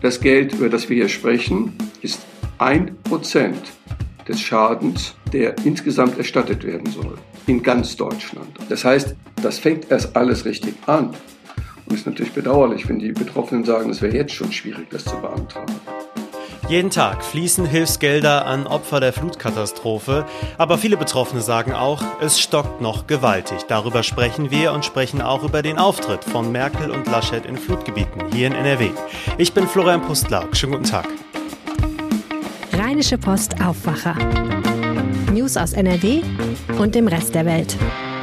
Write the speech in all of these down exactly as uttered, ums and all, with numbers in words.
Das Geld, über das wir hier sprechen, ist ein Prozent des Schadens, der insgesamt erstattet werden soll, in ganz Deutschland. Das heißt, das fängt erst alles richtig an. Und es ist natürlich bedauerlich, wenn die Betroffenen sagen, es wäre jetzt schon schwierig, das zu beantragen. Jeden Tag fließen Hilfsgelder an Opfer der Flutkatastrophe, aber viele Betroffene sagen auch, es stockt noch gewaltig. Darüber sprechen wir und sprechen auch über den Auftritt von Merkel und Laschet in Flutgebieten hier in N R W. Ich bin Florian Pustlauk. Schönen guten Tag. Rheinische Post Aufwacher. News aus N R W und dem Rest der Welt.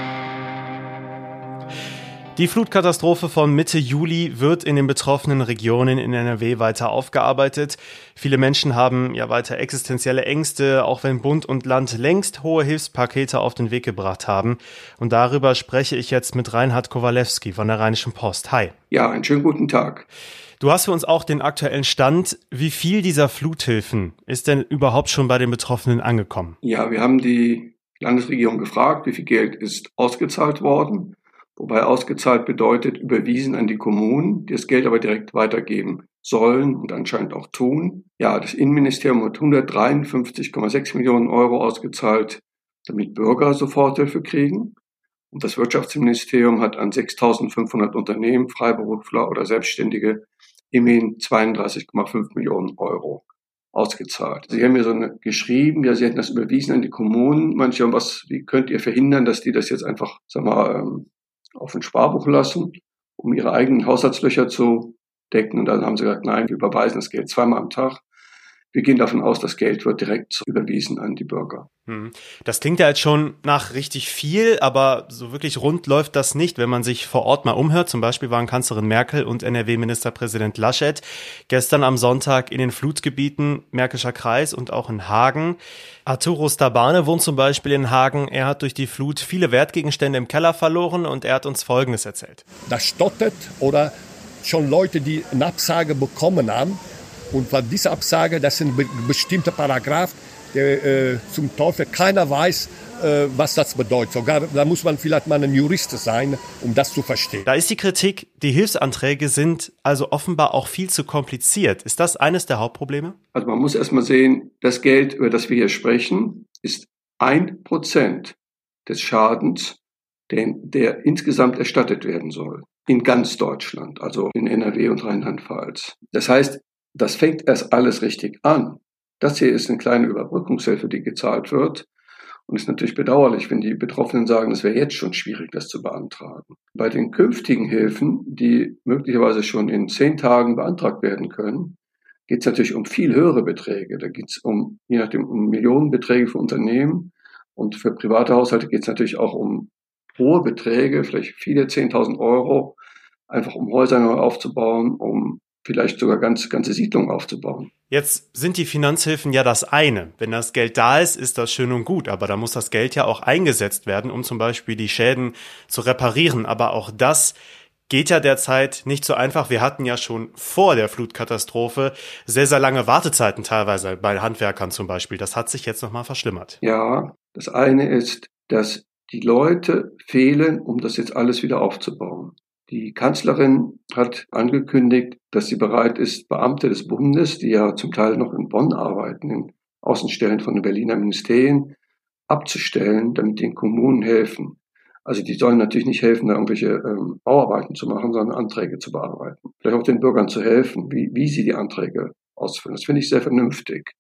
Die Flutkatastrophe von Mitte Juli wird in den betroffenen Regionen in N R W weiter aufgearbeitet. Viele Menschen haben ja weiter existenzielle Ängste, auch wenn Bund und Land längst hohe Hilfspakete auf den Weg gebracht haben. Und darüber spreche ich jetzt mit Reinhard Kowalewski von der Rheinischen Post. Hi. Ja, einen schönen guten Tag. Du hast für uns auch den aktuellen Stand. Wie viel dieser Fluthilfen ist denn überhaupt schon bei den Betroffenen angekommen? Ja, wir haben die Landesregierung gefragt, wie viel Geld ist ausgezahlt worden. Wobei ausgezahlt bedeutet, überwiesen an die Kommunen, die das Geld aber direkt weitergeben sollen und anscheinend auch tun. Ja, das Innenministerium hat hundertdreiundfünfzig Komma sechs Millionen Euro ausgezahlt, damit Bürger Soforthilfe kriegen. Und das Wirtschaftsministerium hat an sechstausendfünfhundert Unternehmen, Freiberufler oder Selbstständige immerhin zweiunddreißig Komma fünf Millionen Euro ausgezahlt. Sie haben mir so eine geschrieben, ja, Sie hätten das überwiesen an die Kommunen. Manche haben was, wie könnt ihr verhindern, dass die das jetzt einfach, sag mal, ähm, auf ein Sparbuch lassen, um ihre eigenen Haushaltslöcher zu decken. Und dann haben sie gesagt, nein, wir überweisen das Geld zweimal am Tag. Wir gehen davon aus, das Geld wird direkt überwiesen an die Bürger. Das klingt ja jetzt schon nach richtig viel, aber so wirklich rund läuft das nicht, wenn man sich vor Ort mal umhört. Zum Beispiel waren Kanzlerin Merkel und N R W-Ministerpräsident Laschet gestern am Sonntag in den Flutgebieten Märkischer Kreis und auch in Hagen. Arturo Stabane wohnt zum Beispiel in Hagen. Er hat durch die Flut viele Wertgegenstände im Keller verloren und er hat uns Folgendes erzählt. Das stottert oder schon Leute, die eine Absage bekommen haben. Und von dieser Absage, das sind be- bestimmte Paragraph, der äh, zum Teufel keiner weiß, äh, was das bedeutet. Sogar da muss man vielleicht mal ein Jurist sein, um das zu verstehen. Da ist die Kritik, die Hilfsanträge sind also offenbar auch viel zu kompliziert. Ist das eines der Hauptprobleme? Also man muss erst mal sehen, das Geld, über das wir hier sprechen, ist ein Prozent des Schadens, der, der insgesamt erstattet werden soll. In ganz Deutschland, also in N R W und Rheinland-Pfalz. Das heißt, das fängt erst alles richtig an. Das hier ist eine kleine Überbrückungshilfe, die gezahlt wird. Und es ist natürlich bedauerlich, wenn die Betroffenen sagen, es wäre jetzt schon schwierig, das zu beantragen. Bei den künftigen Hilfen, die möglicherweise schon in zehn Tagen beantragt werden können, geht es natürlich um viel höhere Beträge. Da geht es um, je nachdem, um Millionenbeträge für Unternehmen. Und für private Haushalte geht es natürlich auch um hohe Beträge, vielleicht viele zehntausend Euro, einfach um Häuser neu aufzubauen, um vielleicht sogar ganz, ganze Siedlungen aufzubauen. Jetzt sind die Finanzhilfen ja das eine. Wenn das Geld da ist, ist das schön und gut. Aber da muss das Geld ja auch eingesetzt werden, um zum Beispiel die Schäden zu reparieren. Aber auch das geht ja derzeit nicht so einfach. Wir hatten ja schon vor der Flutkatastrophe sehr, sehr lange Wartezeiten teilweise bei Handwerkern zum Beispiel. Das hat sich jetzt nochmal verschlimmert. Ja, das eine ist, dass die Leute fehlen, um das jetzt alles wieder aufzubauen. Die Kanzlerin hat angekündigt, dass sie bereit ist, Beamte des Bundes, die ja zum Teil noch in Bonn arbeiten, in Außenstellen von den Berliner Ministerien, abzustellen, damit den Kommunen helfen. Also die sollen natürlich nicht helfen, da irgendwelche ähm, Bauarbeiten zu machen, sondern Anträge zu bearbeiten. Vielleicht auch den Bürgern zu helfen, wie, wie sie die Anträge ausfüllen. Das finde ich sehr vernünftig.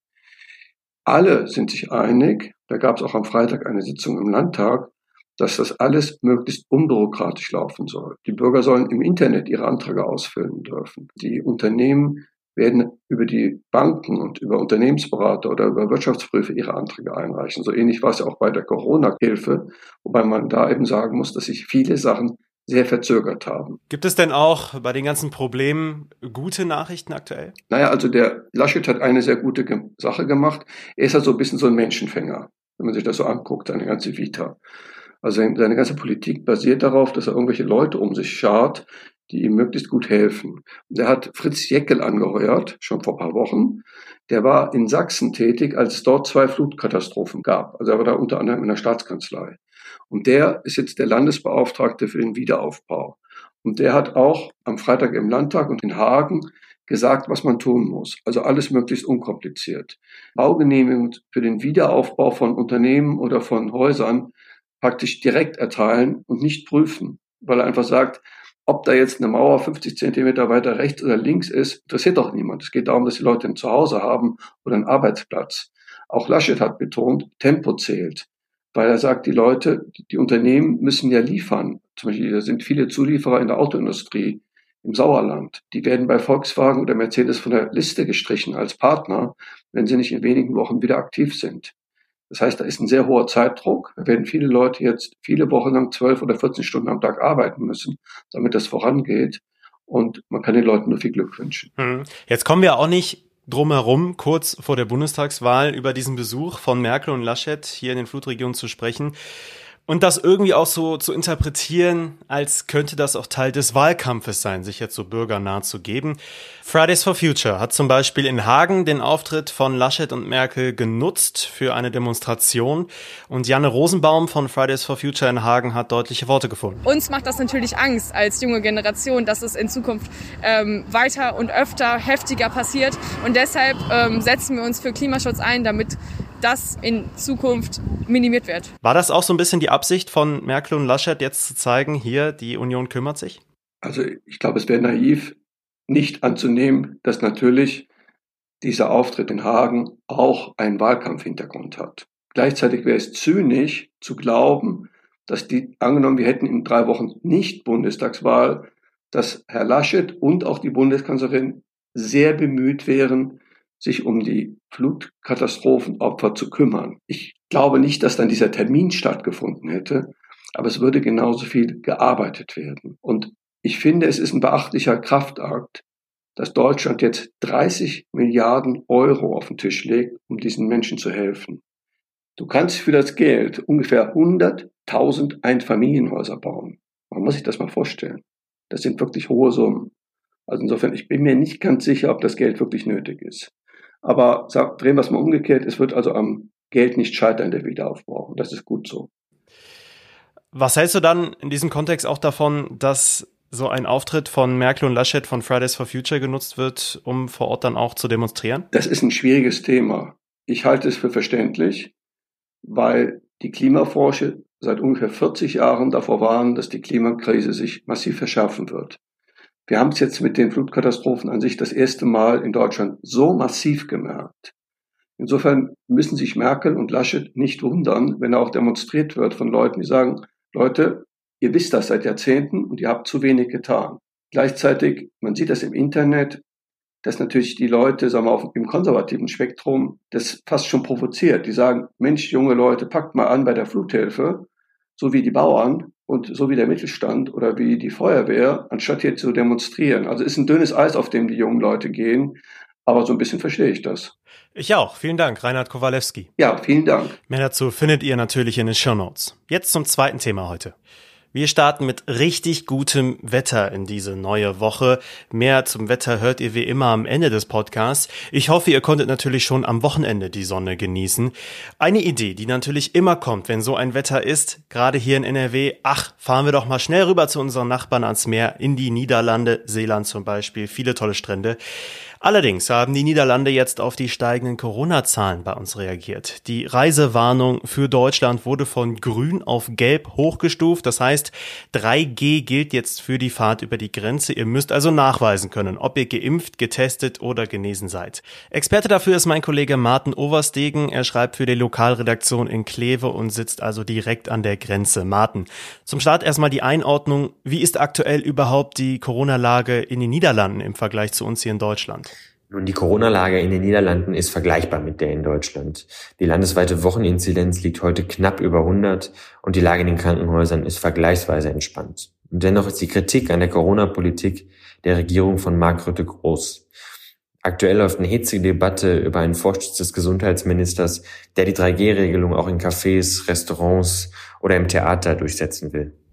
Alle sind sich einig, da gab es auch am Freitag eine Sitzung im Landtag, dass das alles möglichst unbürokratisch laufen soll. Die Bürger sollen im Internet ihre Anträge ausfüllen dürfen. Die Unternehmen werden über die Banken und über Unternehmensberater oder über Wirtschaftsprüfer ihre Anträge einreichen. So ähnlich war es ja auch bei der Corona-Hilfe, wobei man da eben sagen muss, dass sich viele Sachen sehr verzögert haben. Gibt es denn auch bei den ganzen Problemen gute Nachrichten aktuell? Naja, also der Laschet hat eine sehr gute Ge- Sache gemacht. Er ist halt so ein bisschen so ein Menschenfänger, wenn man sich das so anguckt, seine ganze Vita. Also seine ganze Politik basiert darauf, dass er irgendwelche Leute um sich schart, die ihm möglichst gut helfen. Und er hat Fritz Jäckel angeheuert, schon vor ein paar Wochen. Der war in Sachsen tätig, als es dort zwei Flutkatastrophen gab. Also er war da unter anderem in der Staatskanzlei. Und der ist jetzt der Landesbeauftragte für den Wiederaufbau. Und der hat auch am Freitag im Landtag und in Hagen gesagt, was man tun muss. Also alles möglichst unkompliziert. Baugenehmigung für den Wiederaufbau von Unternehmen oder von Häusern praktisch direkt erteilen und nicht prüfen, weil er einfach sagt, ob da jetzt eine Mauer fünfzig Zentimeter weiter rechts oder links ist, interessiert doch niemand. Es geht darum, dass die Leute ein Zuhause haben oder einen Arbeitsplatz. Auch Laschet hat betont, Tempo zählt, weil er sagt, die Leute, die Unternehmen müssen ja liefern. Zum Beispiel, da sind viele Zulieferer in der Autoindustrie im Sauerland. Die werden bei Volkswagen oder Mercedes von der Liste gestrichen als Partner, wenn sie nicht in wenigen Wochen wieder aktiv sind. Das heißt, da ist ein sehr hoher Zeitdruck. Da werden viele Leute jetzt viele Wochen lang zwölf oder vierzehn Stunden am Tag arbeiten müssen, damit das vorangeht. Und man kann den Leuten nur viel Glück wünschen. Jetzt kommen wir auch nicht drum herum, kurz vor der Bundestagswahl über diesen Besuch von Merkel und Laschet hier in den Flutregionen zu sprechen. Und das irgendwie auch so zu interpretieren, als könnte das auch Teil des Wahlkampfes sein, sich jetzt so bürgernah zu geben. Fridays for Future hat zum Beispiel in Hagen den Auftritt von Laschet und Merkel genutzt für eine Demonstration. Und Janne Rosenbaum von Fridays for Future in Hagen hat deutliche Worte gefunden. Uns macht das natürlich Angst als junge Generation, dass es in Zukunft ähm, weiter und öfter heftiger passiert. Und deshalb ähm, setzen wir uns für Klimaschutz ein, damit das in Zukunft minimiert wird. War das auch so ein bisschen die Absicht von Merkel und Laschet, jetzt zu zeigen, hier, die Union kümmert sich? Also ich glaube, es wäre naiv, nicht anzunehmen, dass natürlich dieser Auftritt in Hagen auch einen Wahlkampfhintergrund hat. Gleichzeitig wäre es zynisch zu glauben, dass die, angenommen, wir hätten in drei Wochen nicht Bundestagswahl, dass Herr Laschet und auch die Bundeskanzlerin sehr bemüht wären, sich um die Flutkatastrophenopfer zu kümmern. Ich glaube nicht, dass dann dieser Termin stattgefunden hätte, aber es würde genauso viel gearbeitet werden. Und ich finde, es ist ein beachtlicher Kraftakt, dass Deutschland jetzt dreißig Milliarden Euro auf den Tisch legt, um diesen Menschen zu helfen. Du kannst für das Geld ungefähr hunderttausend Einfamilienhäuser bauen. Man muss sich das mal vorstellen. Das sind wirklich hohe Summen. Also insofern, ich bin mir nicht ganz sicher, ob das Geld wirklich nötig ist. Aber sag, drehen wir es mal umgekehrt, es wird also am Geld nicht scheitern, der Wiederaufbau. Und das ist gut so. Was hältst du dann in diesem Kontext auch davon, dass so ein Auftritt von Merkel und Laschet von Fridays for Future genutzt wird, um vor Ort dann auch zu demonstrieren? Das ist ein schwieriges Thema. Ich halte es für verständlich, weil die Klimaforscher seit ungefähr vierzig Jahren davor warnen, dass die Klimakrise sich massiv verschärfen wird. Wir haben es jetzt mit den Flutkatastrophen an sich das erste Mal in Deutschland so massiv gemerkt. Insofern müssen sich Merkel und Laschet nicht wundern, wenn auch demonstriert wird von Leuten, die sagen, Leute, ihr wisst das seit Jahrzehnten und ihr habt zu wenig getan. Gleichzeitig, man sieht das im Internet, dass natürlich die Leute, sagen wir, auf, im konservativen Spektrum das fast schon provoziert. Die sagen, Mensch, junge Leute, packt mal an bei der Fluthilfe, so wie die Bauern und so wie der Mittelstand oder wie die Feuerwehr, anstatt hier zu demonstrieren. Also ist ein dünnes Eis, auf dem die jungen Leute gehen, aber so ein bisschen verstehe ich das. Ich auch. Vielen Dank, Reinhard Kowalewski. Ja, vielen Dank. Mehr dazu findet ihr natürlich in den Shownotes. Jetzt zum zweiten Thema heute. Wir starten mit richtig gutem Wetter in diese neue Woche. Mehr zum Wetter hört ihr wie immer am Ende des Podcasts. Ich hoffe, ihr konntet natürlich schon am Wochenende die Sonne genießen. Eine Idee, die natürlich immer kommt, wenn so ein Wetter ist, gerade hier in N R W, ach, fahren wir doch mal schnell rüber zu unseren Nachbarn ans Meer, in die Niederlande, Seeland zum Beispiel, viele tolle Strände. Allerdings haben die Niederlande jetzt auf die steigenden Corona-Zahlen bei uns reagiert. Die Reisewarnung für Deutschland wurde von grün auf gelb hochgestuft. Das heißt, drei G gilt jetzt für die Fahrt über die Grenze. Ihr müsst also nachweisen können, ob ihr geimpft, getestet oder genesen seid. Experte dafür ist mein Kollege Martin Overstegen. Er schreibt für die Lokalredaktion in Kleve und sitzt also direkt an der Grenze. Martin, zum Start erstmal die Einordnung. Wie ist aktuell überhaupt die Corona-Lage in den Niederlanden im Vergleich zu uns hier in Deutschland? Nun, die Corona-Lage in den Niederlanden ist vergleichbar mit der in Deutschland. Die landesweite Wocheninzidenz liegt heute knapp über hundert und die Lage in den Krankenhäusern ist vergleichsweise entspannt. Und dennoch ist die Kritik an der Corona-Politik der Regierung von Mark Rutte groß. Aktuell läuft eine hitzige Debatte über einen Vorstoß des Gesundheitsministers, der die drei G Regelung auch in Cafés, Restaurants oder im Theater durchsetzen will.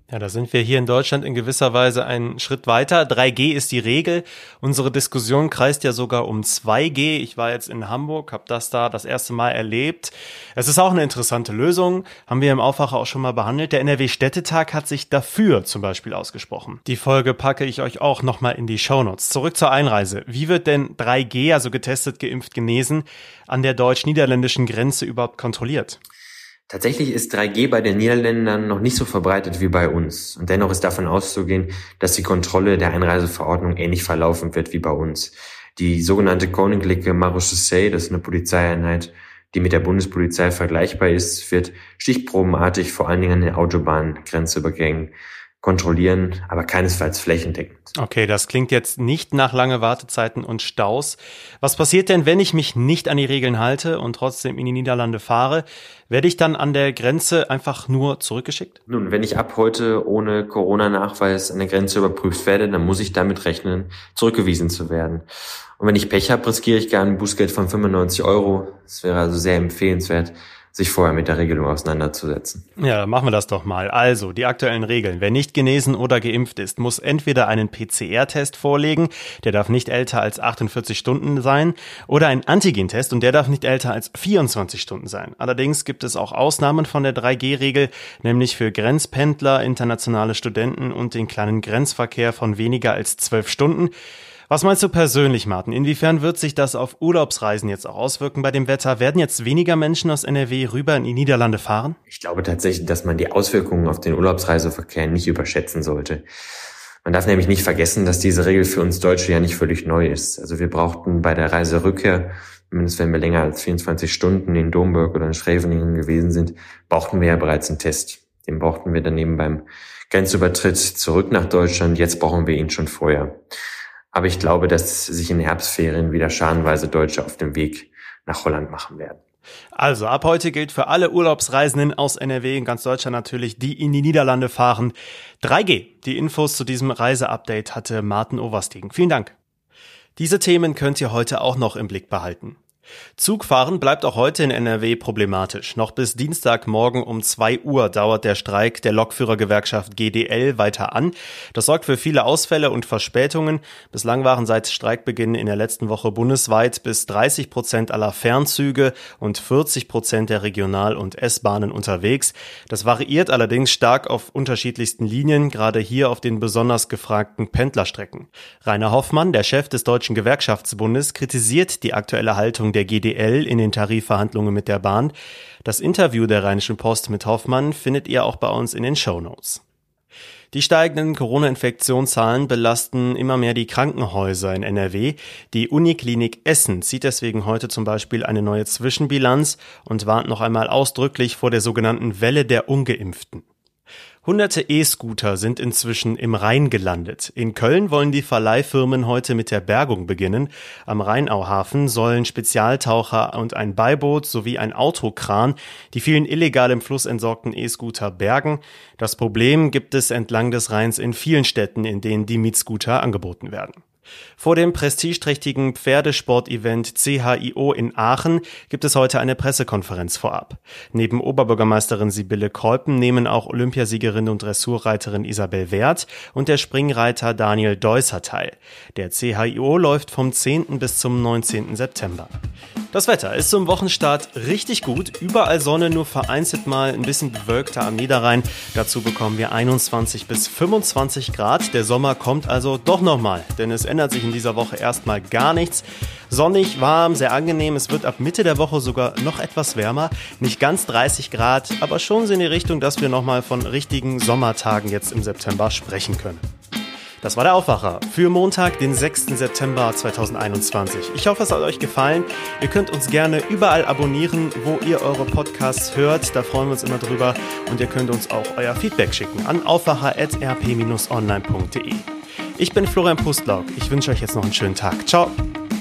Ja, da sind wir hier in Deutschland in gewisser Weise einen Schritt weiter. drei G ist die Regel. Unsere Diskussion kreist ja sogar um zwei G. Ich war jetzt in Hamburg, habe das da das erste Mal erlebt. Es ist auch eine interessante Lösung, haben wir im Aufwacher auch schon mal behandelt. Der N R W-Städtetag hat sich dafür zum Beispiel ausgesprochen. Die Folge packe ich euch auch nochmal in die Shownotes. Zurück zur Einreise. Wie wird denn drei G, also getestet, geimpft, genesen, an der deutsch-niederländischen Grenze überhaupt kontrolliert? Tatsächlich ist drei G bei den Niederländern noch nicht so verbreitet wie bei uns. Und dennoch ist davon auszugehen, dass die Kontrolle der Einreiseverordnung ähnlich verlaufen wird wie bei uns. Die sogenannte Koninklijke Marechaussee, das ist eine Polizeieinheit, die mit der Bundespolizei vergleichbar ist, wird stichprobenartig vor allen Dingen an den Autobahngrenzübergängen kontrollieren, aber keinesfalls flächendeckend. Okay, das klingt jetzt nicht nach lange Wartezeiten und Staus. Was passiert denn, wenn ich mich nicht an die Regeln halte und trotzdem in die Niederlande fahre? Werde ich dann an der Grenze einfach nur zurückgeschickt? Nun, wenn ich ab heute ohne Corona-Nachweis an der Grenze überprüft werde, dann muss ich damit rechnen, zurückgewiesen zu werden. Und wenn ich Pech habe, riskiere ich gar ein Bußgeld von fünfundneunzig Euro. Es wäre also sehr empfehlenswert, sich vorher mit der Regelung auseinanderzusetzen. Ja, machen wir das doch mal. Also, die aktuellen Regeln. Wer nicht genesen oder geimpft ist, muss entweder einen P C R-Test vorlegen, der darf nicht älter als achtundvierzig Stunden sein, oder einen Antigen-Test und der darf nicht älter als vierundzwanzig Stunden sein. Allerdings gibt es auch Ausnahmen von der drei G Regel, nämlich für Grenzpendler, internationale Studenten und den kleinen Grenzverkehr von weniger als zwölf Stunden. Was meinst du persönlich, Martin? Inwiefern wird sich das auf Urlaubsreisen jetzt auch auswirken bei dem Wetter? Werden jetzt weniger Menschen aus N R W rüber in die Niederlande fahren? Ich glaube tatsächlich, dass man die Auswirkungen auf den Urlaubsreiseverkehr nicht überschätzen sollte. Man darf nämlich nicht vergessen, dass diese Regel für uns Deutsche ja nicht völlig neu ist. Also wir brauchten bei der Reiserückkehr, zumindest wenn wir länger als vierundzwanzig Stunden in Domburg oder in Scheveningen gewesen sind, brauchten wir ja bereits einen Test. Den brauchten wir dann eben beim Grenzübertritt zurück nach Deutschland. Jetzt brauchen wir ihn schon vorher. Aber ich glaube, dass sich in Herbstferien wieder scharenweise Deutsche auf dem Weg nach Holland machen werden. Also ab heute gilt für alle Urlaubsreisenden aus N R W in ganz Deutschland natürlich, die in die Niederlande fahren, drei G. Die Infos zu diesem Reiseupdate hatte Martin Overstegen. Vielen Dank. Diese Themen könnt ihr heute auch noch im Blick behalten. Zugfahren bleibt auch heute in N R W problematisch. Noch bis Dienstagmorgen um zwei Uhr dauert der Streik der Lokführergewerkschaft G D L weiter an. Das sorgt für viele Ausfälle und Verspätungen. Bislang waren seit Streikbeginn in der letzten Woche bundesweit bis dreißig Prozent aller Fernzüge und vierzig Prozent der Regional- und S-Bahnen unterwegs. Das variiert allerdings stark auf unterschiedlichsten Linien, gerade hier auf den besonders gefragten Pendlerstrecken. Rainer Hoffmann, der Chef des Deutschen Gewerkschaftsbundes, kritisiert die aktuelle Haltung der der G D L in den Tarifverhandlungen mit der Bahn. Das Interview der Rheinischen Post mit Hoffmann findet ihr auch bei uns in den Shownotes. Die steigenden Corona-Infektionszahlen belasten immer mehr die Krankenhäuser in N R W. Die Uniklinik Essen zieht deswegen heute zum Beispiel eine neue Zwischenbilanz und warnt noch einmal ausdrücklich vor der sogenannten Welle der Ungeimpften. Hunderte E-Scooter sind inzwischen im Rhein gelandet. In Köln wollen die Verleihfirmen heute mit der Bergung beginnen. Am Rheinauhafen sollen Spezialtaucher und ein Beiboot sowie ein Autokran die vielen illegal im Fluss entsorgten E-Scooter bergen. Das Problem gibt es entlang des Rheins in vielen Städten, in denen die Mietscooter angeboten werden. Vor dem prestigeträchtigen Pferdesport-Event C H I O in Aachen gibt es heute eine Pressekonferenz vorab. Neben Oberbürgermeisterin Sibylle Kolpen nehmen auch Olympiasiegerin und Dressurreiterin Isabel Werth und der Springreiter Daniel Deusser teil. Der C H I O läuft vom zehnten bis zum neunzehnten September. Das Wetter ist zum Wochenstart richtig gut. Überall Sonne, nur vereinzelt mal ein bisschen bewölkter am Niederrhein. Dazu bekommen wir einundzwanzig bis fünfundzwanzig Grad. Der Sommer kommt also doch nochmal, denn es ändert sich in dieser Woche erstmal gar nichts. Sonnig, warm, sehr angenehm. Es wird ab Mitte der Woche sogar noch etwas wärmer. Nicht ganz dreißig Grad, aber schon so in die Richtung, dass wir nochmal von richtigen Sommertagen jetzt im September sprechen können. Das war der Aufwacher für Montag, den sechsten September zweitausendeinundzwanzig. Ich hoffe, es hat euch gefallen. Ihr könnt uns gerne überall abonnieren, wo ihr eure Podcasts hört. Da freuen wir uns immer drüber. Und ihr könnt uns auch euer Feedback schicken an aufwacher at r p dash online punkt d e. Ich bin Florian Pustlauk. Ich wünsche euch jetzt noch einen schönen Tag. Ciao.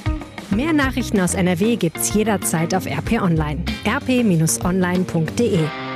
Mehr Nachrichten aus N R W gibt's jederzeit auf R P Online. r p dash online punkt d e.